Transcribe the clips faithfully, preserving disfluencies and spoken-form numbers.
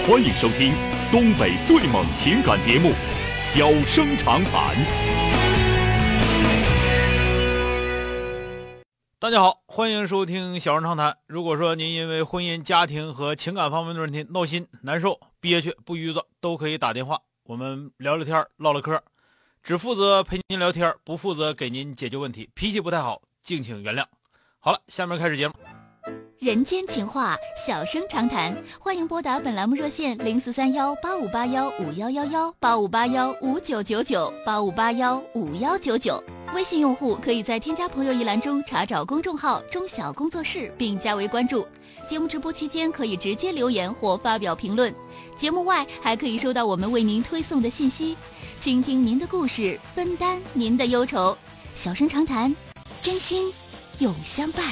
欢迎收听东北最猛情感节目《小生长谈》。 大家好，欢迎收听《小生长谈》。如果说您因为婚姻、家庭和情感方面的问题闹心、难受、憋屈、不愉快，都可以打电话，我们聊聊天、唠唠嗑，只负责陪您聊天，不负责给您解决问题。脾气不太好，敬请原谅。好了，下面开始节目。 人间情话，小生长谈，欢迎拨打本栏目热线零四三幺八五八幺五幺幺幺八五八幺五九九九八五八幺五幺九九。微信用户可以在添加朋友一栏中查找公众号中小工作室并加为关注。节目直播期间可以直接留言或发表评论，节目外还可以收到我们为您推送的信息，倾听您的故事，分担您的忧愁。小生长谈，真心永相伴。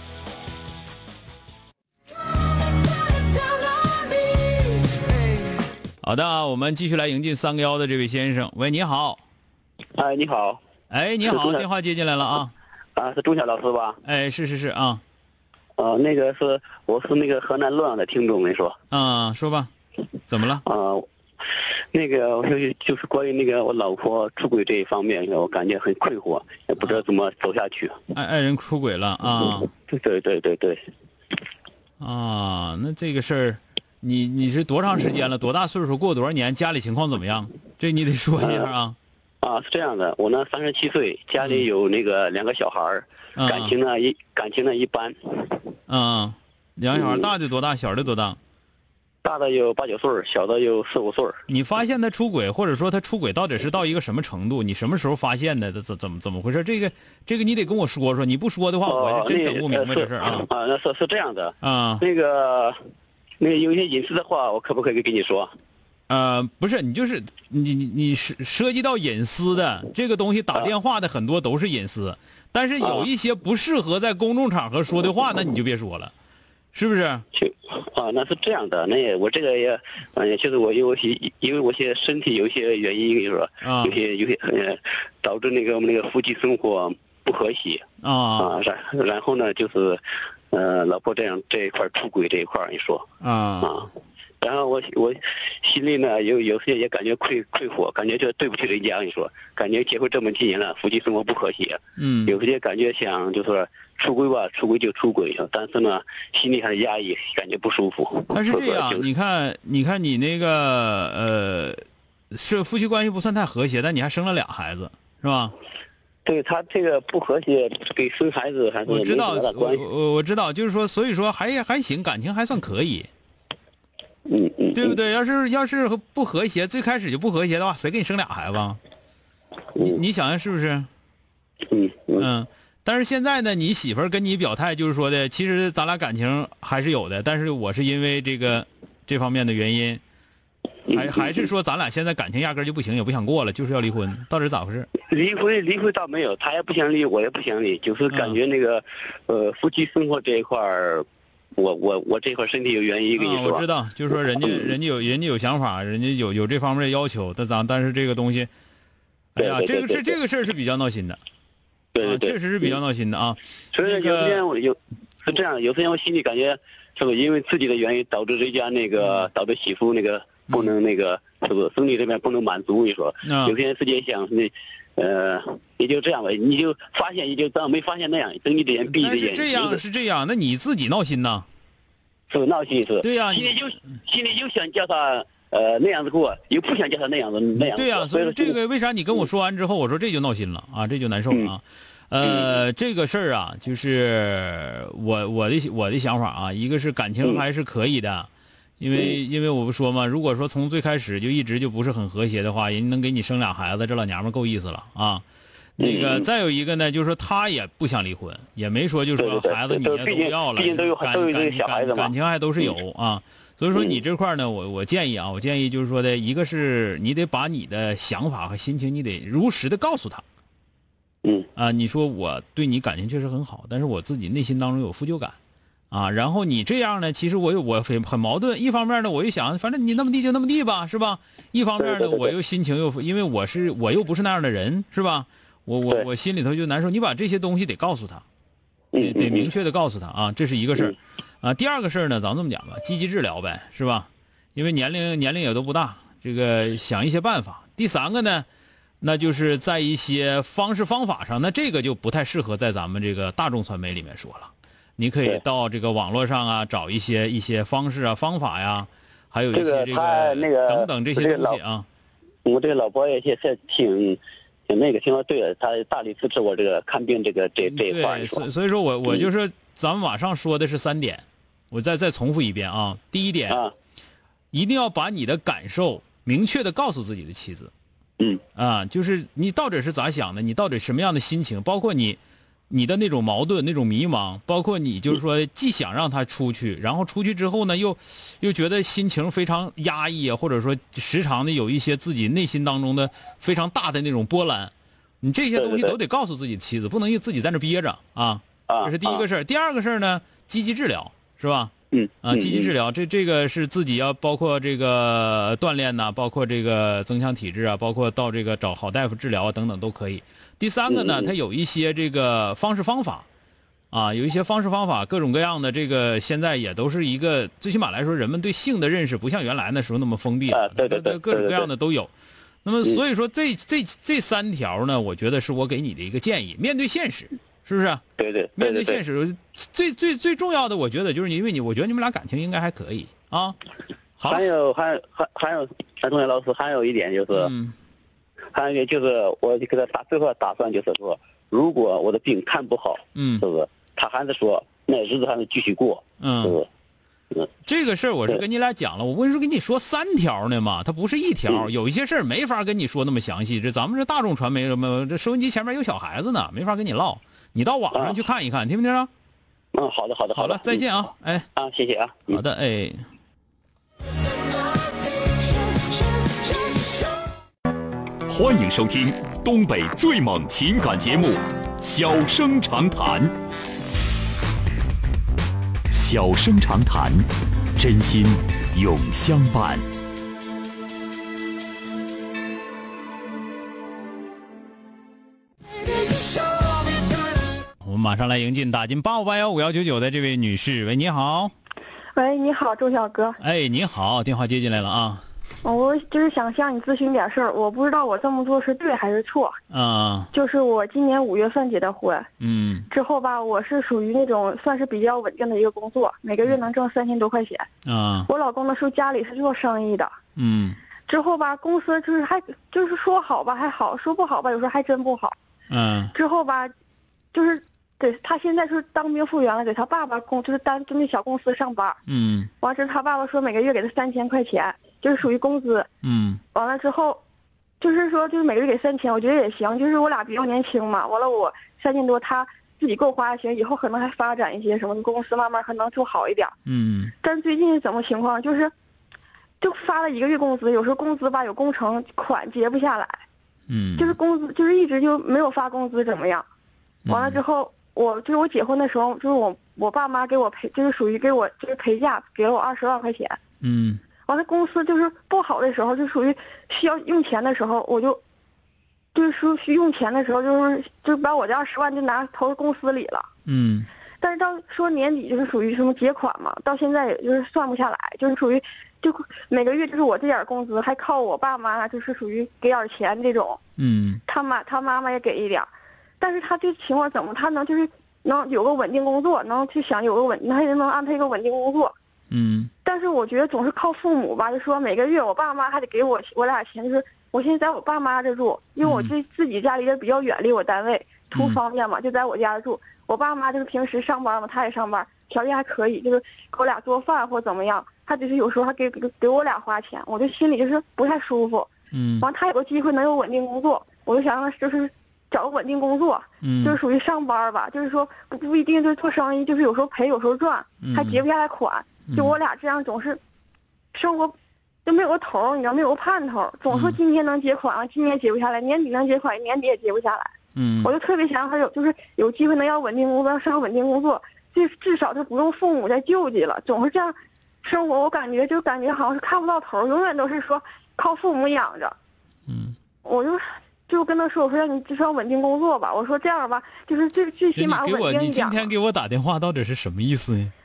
好的，我们继续来迎进三个幺的这位先生。喂，你好。 哎，你好。 哎，你好，电话接进来了啊。 啊，是钟晓老师吧？ 哎，是是是啊。 呃，那个是我是那个河南洛阳的听众，跟你说。 啊，说吧，怎么了？ 啊，那个我就是就是关于那个我老婆出轨这一方面，我感觉很困惑，也不知道怎么走下去。 爱爱人出轨了啊？ 对对对对对。 啊，那这个事儿。你你是多长时间了？多大岁数？过多少年？家里情况怎么样？这你得说一下啊。 呃、啊，是这样的，我呢三十七岁，家里有那个两个小孩儿、嗯，感情呢一感情呢一般。 嗯，两个小孩，大的多大？小的多大？ 大的有八九岁，小的有四五岁。 你发现他出轨，或者说他出轨到底是到一个什么程度？你什么时候发现的？怎怎么怎么回事？这个这个你得跟我说说。你不说的话， 哦、 我是真整不明白这事儿啊。 啊，那是是这样的啊， 那个。那有一些隐私的话，我可不可以跟你说？ 呃，不是，你就是你你你涉涉及到隐私的这个东西，打电话的很多都是隐私，啊、但是有一些不适合在公众场合说的话，那你就别说了，是不是？ 啊，那是这样的，那也我这个也，嗯，就是我有些因为我现在身体有一些原因，跟你说，啊、有些有些呃，导致那个我们那个夫妻生活不和谐啊啊，然然后呢就是。呃，老婆这样这一块出轨这一块，你说啊啊，然后我我心里呢有有些也感觉愧愧惑，感觉就对不起人家，你说，感觉结婚这么几年了，夫妻生活不和谐， 嗯， 有些感觉想就是出轨吧，出轨就出轨，但是呢，心里还是压抑，感觉不舒服。 但是这样，你看，你看你那个呃，是夫妻关系不算太和谐，但你还生了俩孩子，是吧？ 对他这个不和谐，跟生孩子还是我知道， 我我我知道，就是说，所以说还还行，感情还算可以， 嗯嗯， 对不对？要是要是不和谐，最开始就不和谐的话，谁给你生俩孩子？你你想想是不是？ 嗯嗯。但是现在呢，你媳妇儿跟你表态，就是说的，其实咱俩感情还是有的，但是我是因为这个这方面的原因。还还是说咱俩现在感情压根就不行，也不想过了，就是要离婚，到底是咋回事？ 离婚离婚倒没有，他也不想离，我也不想离，就是感觉那个，嗯、呃，夫妻生活这一块儿，我我我这块身体有原因跟你说、 嗯。我知道，就是说人家、嗯、人家有人家有想法，人家有有这方面的要求，但咱但是这个东西，哎呀， 对对对对这个是这个事儿是比较闹心的， 对对对， 啊、确实是比较闹心的啊。 所以有时间我有是这样，有时间我心里感觉是不是因为自己的原因导致人家那个导致媳妇那个。不能那个是不是生理这边不能满足？你说， 嗯、 有些人自己想那，呃，也就这样吧，你就发现，也就当没发现那样，睁一只眼闭一只眼。 是这样是这样，那你自己闹心呐？ 是不是闹心是？ 对呀、啊， 心里就心里又想叫他呃那样子过，又不想叫他那样子那样子。 对呀、啊，所以这个为啥你跟我说完之后，我说这就闹心了啊，这就难受了啊。 嗯、 呃，这个事儿啊，就是我我的我的想法啊，一个是感情还是可以的。嗯因为因为我不说嘛，如果说从最开始就一直就不是很和谐的话，人能给你生俩孩子，这老娘们够意思了啊。那个再有一个呢，就是说他也不想离婚，也没说就是说孩子你也都不要了，感感情还都是有啊。所以说你这块呢，我我建议啊，我建议就是说的，一个是你得把你的想法和心情，你得如实的告诉他。 嗯啊，你说我对你感情确实很好，但是我自己内心当中有负疚感。啊，然后你这样呢，其实我有我很很矛盾。一方面呢，我又想，反正你那么地就那么地吧，是吧？一方面呢，我又心情又因为我是我又不是那样的人，是吧？我我我心里头就难受。你把这些东西得告诉他，得得明确的告诉他啊，这是一个事儿。啊，第二个事儿呢，咱们这么讲吧，积极治疗呗，是吧？ 因为年龄年龄也都不大，这个想一些办法。第三个呢，那就是在一些方式方法上，那这个就不太适合在咱们这个大众传媒里面说了。你可以到这个网络上啊，找一些一些方式啊、方法呀，还有一些这个那个等等这些东西啊。 我这个老伯也也是挺挺那个，挺说对的，他大力支持我这个看病这个这这一块。 对，所所以说我我就是咱们马上说的是三点，我再再重复一遍啊。第一点， 啊， 一定要把你的感受明确的告诉自己的妻子。 嗯啊，就是你到底是咋想的，你到底什么样的心情，包括你你的那种矛盾、那种迷茫，包括你就是说既想让他出去，然后出去之后呢，又又觉得心情非常压抑啊，或者说时常的有一些自己内心当中的非常大的那种波澜，你这些东西都得告诉自己的妻子，不能自己在那憋着啊。这是第一个事儿。第二个事儿呢，积极治疗，是吧？ 嗯啊，积极治疗，这这个是自己要包括这个锻炼呐，包括这个增强体质啊，包括到这个找好大夫治疗啊等等都可以。第三个呢，它有一些这个方式方法，啊，有一些方式方法，各种各样的这个现在也都是一个，最起码来说，人们对性的认识不像原来那时候那么封闭了， 对对对， 各种各样的都有。那么所以说这这这三条呢，我觉得是我给你的一个建议，面对现实。是不是？ 对对， 面对现实，最最最重要的，我觉得就是因为你，我觉得你们俩感情应该还可以啊。好， 还有还还还有，韩同学老师还有一点就是， 嗯， 还有一点就是，我就给他打最后打算就是说，如果我的病看不好， 嗯， 是不是？他还是说那日子还能继续过， 嗯， 是不是？嗯， 这个事儿我是跟你俩讲了，我为什么跟你说三条呢嘛？它不是一条，有一些事儿没法跟你说那么详细。这咱们这大众传媒什么，这收音机前面有小孩子呢，没法跟你唠。你到网上去看一看，听没听着？ 嗯，好的，好的， 好了，再见啊！哎， 啊，谢谢啊。 好的，哎。 欢迎收听东北最猛情感节目《小生长谈》。小生长谈，真心永相伴。 我们马上来迎进打进八五八幺五幺九九的这位女士，喂，你好。 喂，你好，周小哥。 哎，你好，电话接进来了啊。 我就是想向你咨询点事儿，我不知道我这么做是对还是错。 啊。 就是我今年五月份结的婚。 嗯。 之后吧，我是属于那种算是比较稳定的一个工作，每个月能挣三千多块钱。 啊。 我老公呢，是家里是做生意的。 嗯。 之后吧，公司就是还就是说好吧还好，说不好吧有时候还真不好。 嗯。 之后吧，就是给他现在是当兵复员了，给他爸爸公就是单就那小公司上班。 嗯。 完之后他爸爸说每个月给他三千块钱。就是属于工资， 嗯， 完了之后，就是说就是每个月给三千，我觉得也行。就是我俩比较年轻嘛，完了我三千多，他自己够花也行，以后可能还发展一些什么公司，慢慢可能做好一点。 嗯。 但最近是什么情况？就是，就发了一个月工资，有时候工资吧有工程款结不下来， 嗯， 就是工资就是一直就没有发工资，怎么样？完了之后，我就是我结婚的时候，就是我我爸妈给我赔，就是属于给我就是陪嫁，给了我二十万块钱。 嗯。 完了，公司就是不好的时候，就属于需要用钱的时候，我就，就是说需用钱的时候，就是就把我这二十万就拿投公司里了。 嗯。 但是到说年底就是属于什么结款嘛，到现在也就是算不下来，就是属于就每个月就是我这点工资，还靠我爸妈就是属于给点钱这种。 嗯。 他妈他妈妈也给一点，但是他这情况怎么他能就是能有个稳定工作，能去想有个稳，他也能安排一个稳定工作。 嗯， 但是我觉得总是靠父母吧，就说每个月我爸妈还得给我我俩钱，就是我现在在我爸妈这住，因为我自自己家离得比较远，离我单位图方便嘛，就在我家住。我爸妈就是平时上班嘛，他也上班，条件还可以，就是给我俩做饭或怎么样，他只是有时候还给给给我俩花钱，我就心里就是不太舒服。 嗯， 完他有个机会能有稳定工作，我就想让他就是找个稳定工作， 嗯， 就是属于上班吧，就是说不不一定就是做生意，就是有时候赔有时候赚，还结不下来款。就我俩这样总是，生活就没有个头，你知道没有个盼头，总说今天能结款，今年结不下来，年底能结款，年底也结不下来。 嗯， 我就特别想让他有，就是有机会能要稳定工作，上稳定工作，至至少就不用父母再救济了。总是这样生活，我感觉就感觉好像是看不到头，永远都是说靠父母养着。 嗯， 我就就跟他说，我说让你至少稳定工作吧。我说这样吧，就是最最起码稳定一点。 你给我，你今天给我打电话到底是什么意思呢？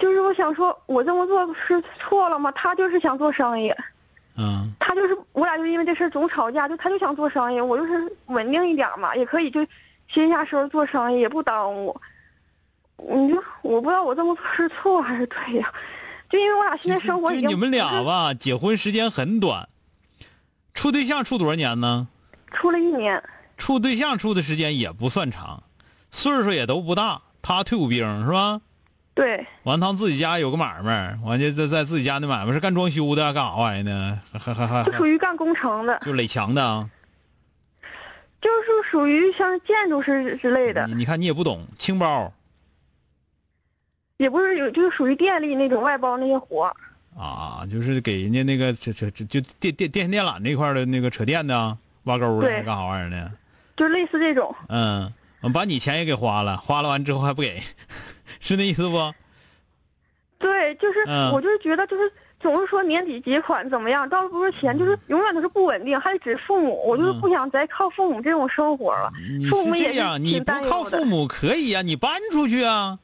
就是我想说，我这么做是错了吗？他就是想做生意， 嗯， 他就是我俩就因为这事总吵架，就他就想做生意，我就是稳定一点嘛，也可以就闲暇时候做生意，也不耽误。你就我不知道我这么做是错还是对呀？就因为我俩现在生活已经就你们俩吧，结婚时间很短，处对象处多少年呢？ 处了一年。 处对象处的时间也不算长，岁数也都不大。他退伍兵是吧？ 对。 完，他自己家有个买卖，完就在在自己家那买卖是干装修的，干啥玩意呢？还还还就属于干工程的， 就垒墙的啊。 就是属于像建筑师之类的。 你你看你也不懂，清包。 也不是有，就是属于电力那种外包那些活啊，就是给人家那个这这这就电电电线电缆那块的那个扯电的、挖沟的，干啥玩意儿的？ 就类似这种。 嗯，把你钱也给花了，花了完之后还不给，是那意思不？ 对，就是、 嗯、 我就是觉得就是总是说年底结款怎么样，倒不是钱，就是永远都是不稳定，还得指父母。我就是不想再靠父母这种生活了。 你父母也是这样，你不靠父母可以啊，你搬出去啊。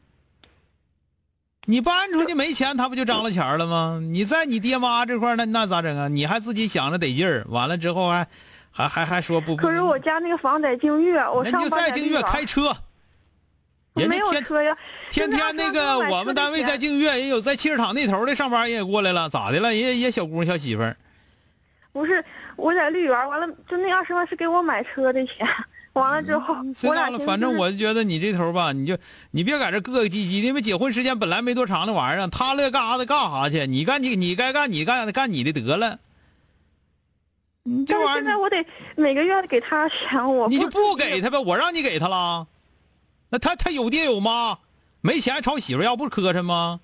你搬出去没钱，他不就张了钱了吗？你在你爹妈这块那那咋整啊？你还自己想着得劲儿，完了之后还还还还说不。 可是我家那个房在净月，我上班人家在净月开车，人没有车呀。 天天那个我们单位在净月，也有在汽车厂那头的上班人也过来了，咋的了？人也也小姑娘小媳妇儿。 不是，我在绿园，完了就那二十万是给我买车的钱。完了之后， 嗯、我俩、就是、反正我就觉得你这头吧，你就你别在这咯咯唧唧的，因为结婚时间本来没多长的玩意儿，他乐干啥的干啥去，你干你你该干你干干你的得了。你这玩意儿， 现在我得每个月给他钱，我你就不给他呗，我让你给他了，那他他有爹有妈，没钱朝媳妇要不磕碜吗？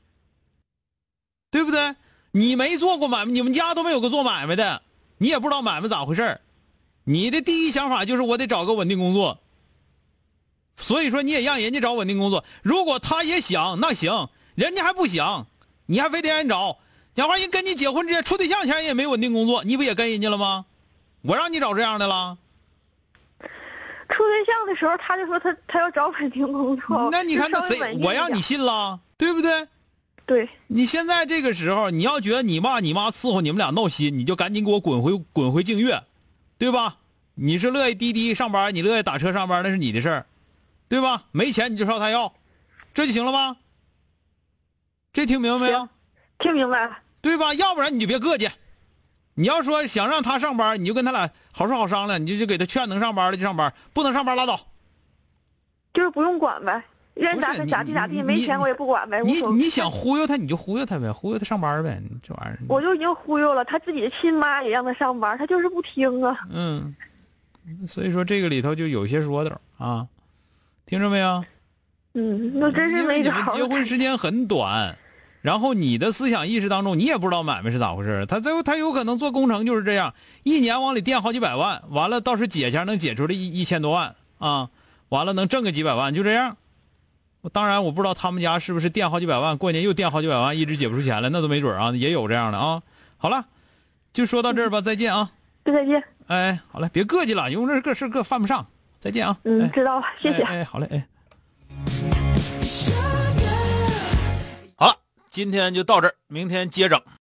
对不对？你没做过买卖，你们家都没有个做买卖的，你也不知道买卖咋回事。你的第一想法就是我得找个稳定工作，所以说你也让人家找稳定工作。如果他也想，那行，人家还不想，你还非得让人找。要不然人跟你结婚之前处对象前也没稳定工作，你不也跟人家了吗？我让你找这样的了。 处对象的时候他就说他他要找稳定工作， 那你看那谁，我让你信了，对不对？ 对。 你现在这个时候，你要觉得你爸你妈伺候你们俩闹心，你就赶紧给我滚回滚回净月。对吧？你是乐意滴滴上班，你乐意打车上班，那是你的事儿，对吧？没钱你就朝他要，这就行了吧？这听明白没有？ 听明白了， 对吧？要不然你就别膈气。你要说想让他上班，你就跟他俩好说好商量，你就就给他劝能上班的就上班，不能上班拉倒。 就是不用管呗，愿咋咋地咋地，没钱我也不管呗。 你你想忽悠他，你就忽悠他呗，忽悠他上班呗，这玩意儿。 我就已经忽悠了，他自己的亲妈也让他上班，他就是不听啊。 嗯，所以说这个里头就有些说道啊，听着没有？ 嗯，那真是没招。 因为你们结婚时间很短，然后你的思想意识当中，你也不知道买卖是咋回事。他最后他有可能做工程就是这样，一年往里垫好几百万，完了到时解钱能解出来一一千多万啊，完了能挣个几百万，就这样。当然我不知道他们家是不是垫好几百万，过年又垫好几百万，一直解不出钱来，那都没准啊，也有这样的啊。好了，就说到这儿吧，再见啊。 再见。 哎，好了，别客气了，因为这个事个犯不上。再见啊。 嗯， 哎、 知道了，谢谢。 哎，哎好嘞，哎。好了，今天就到这儿，明天接整。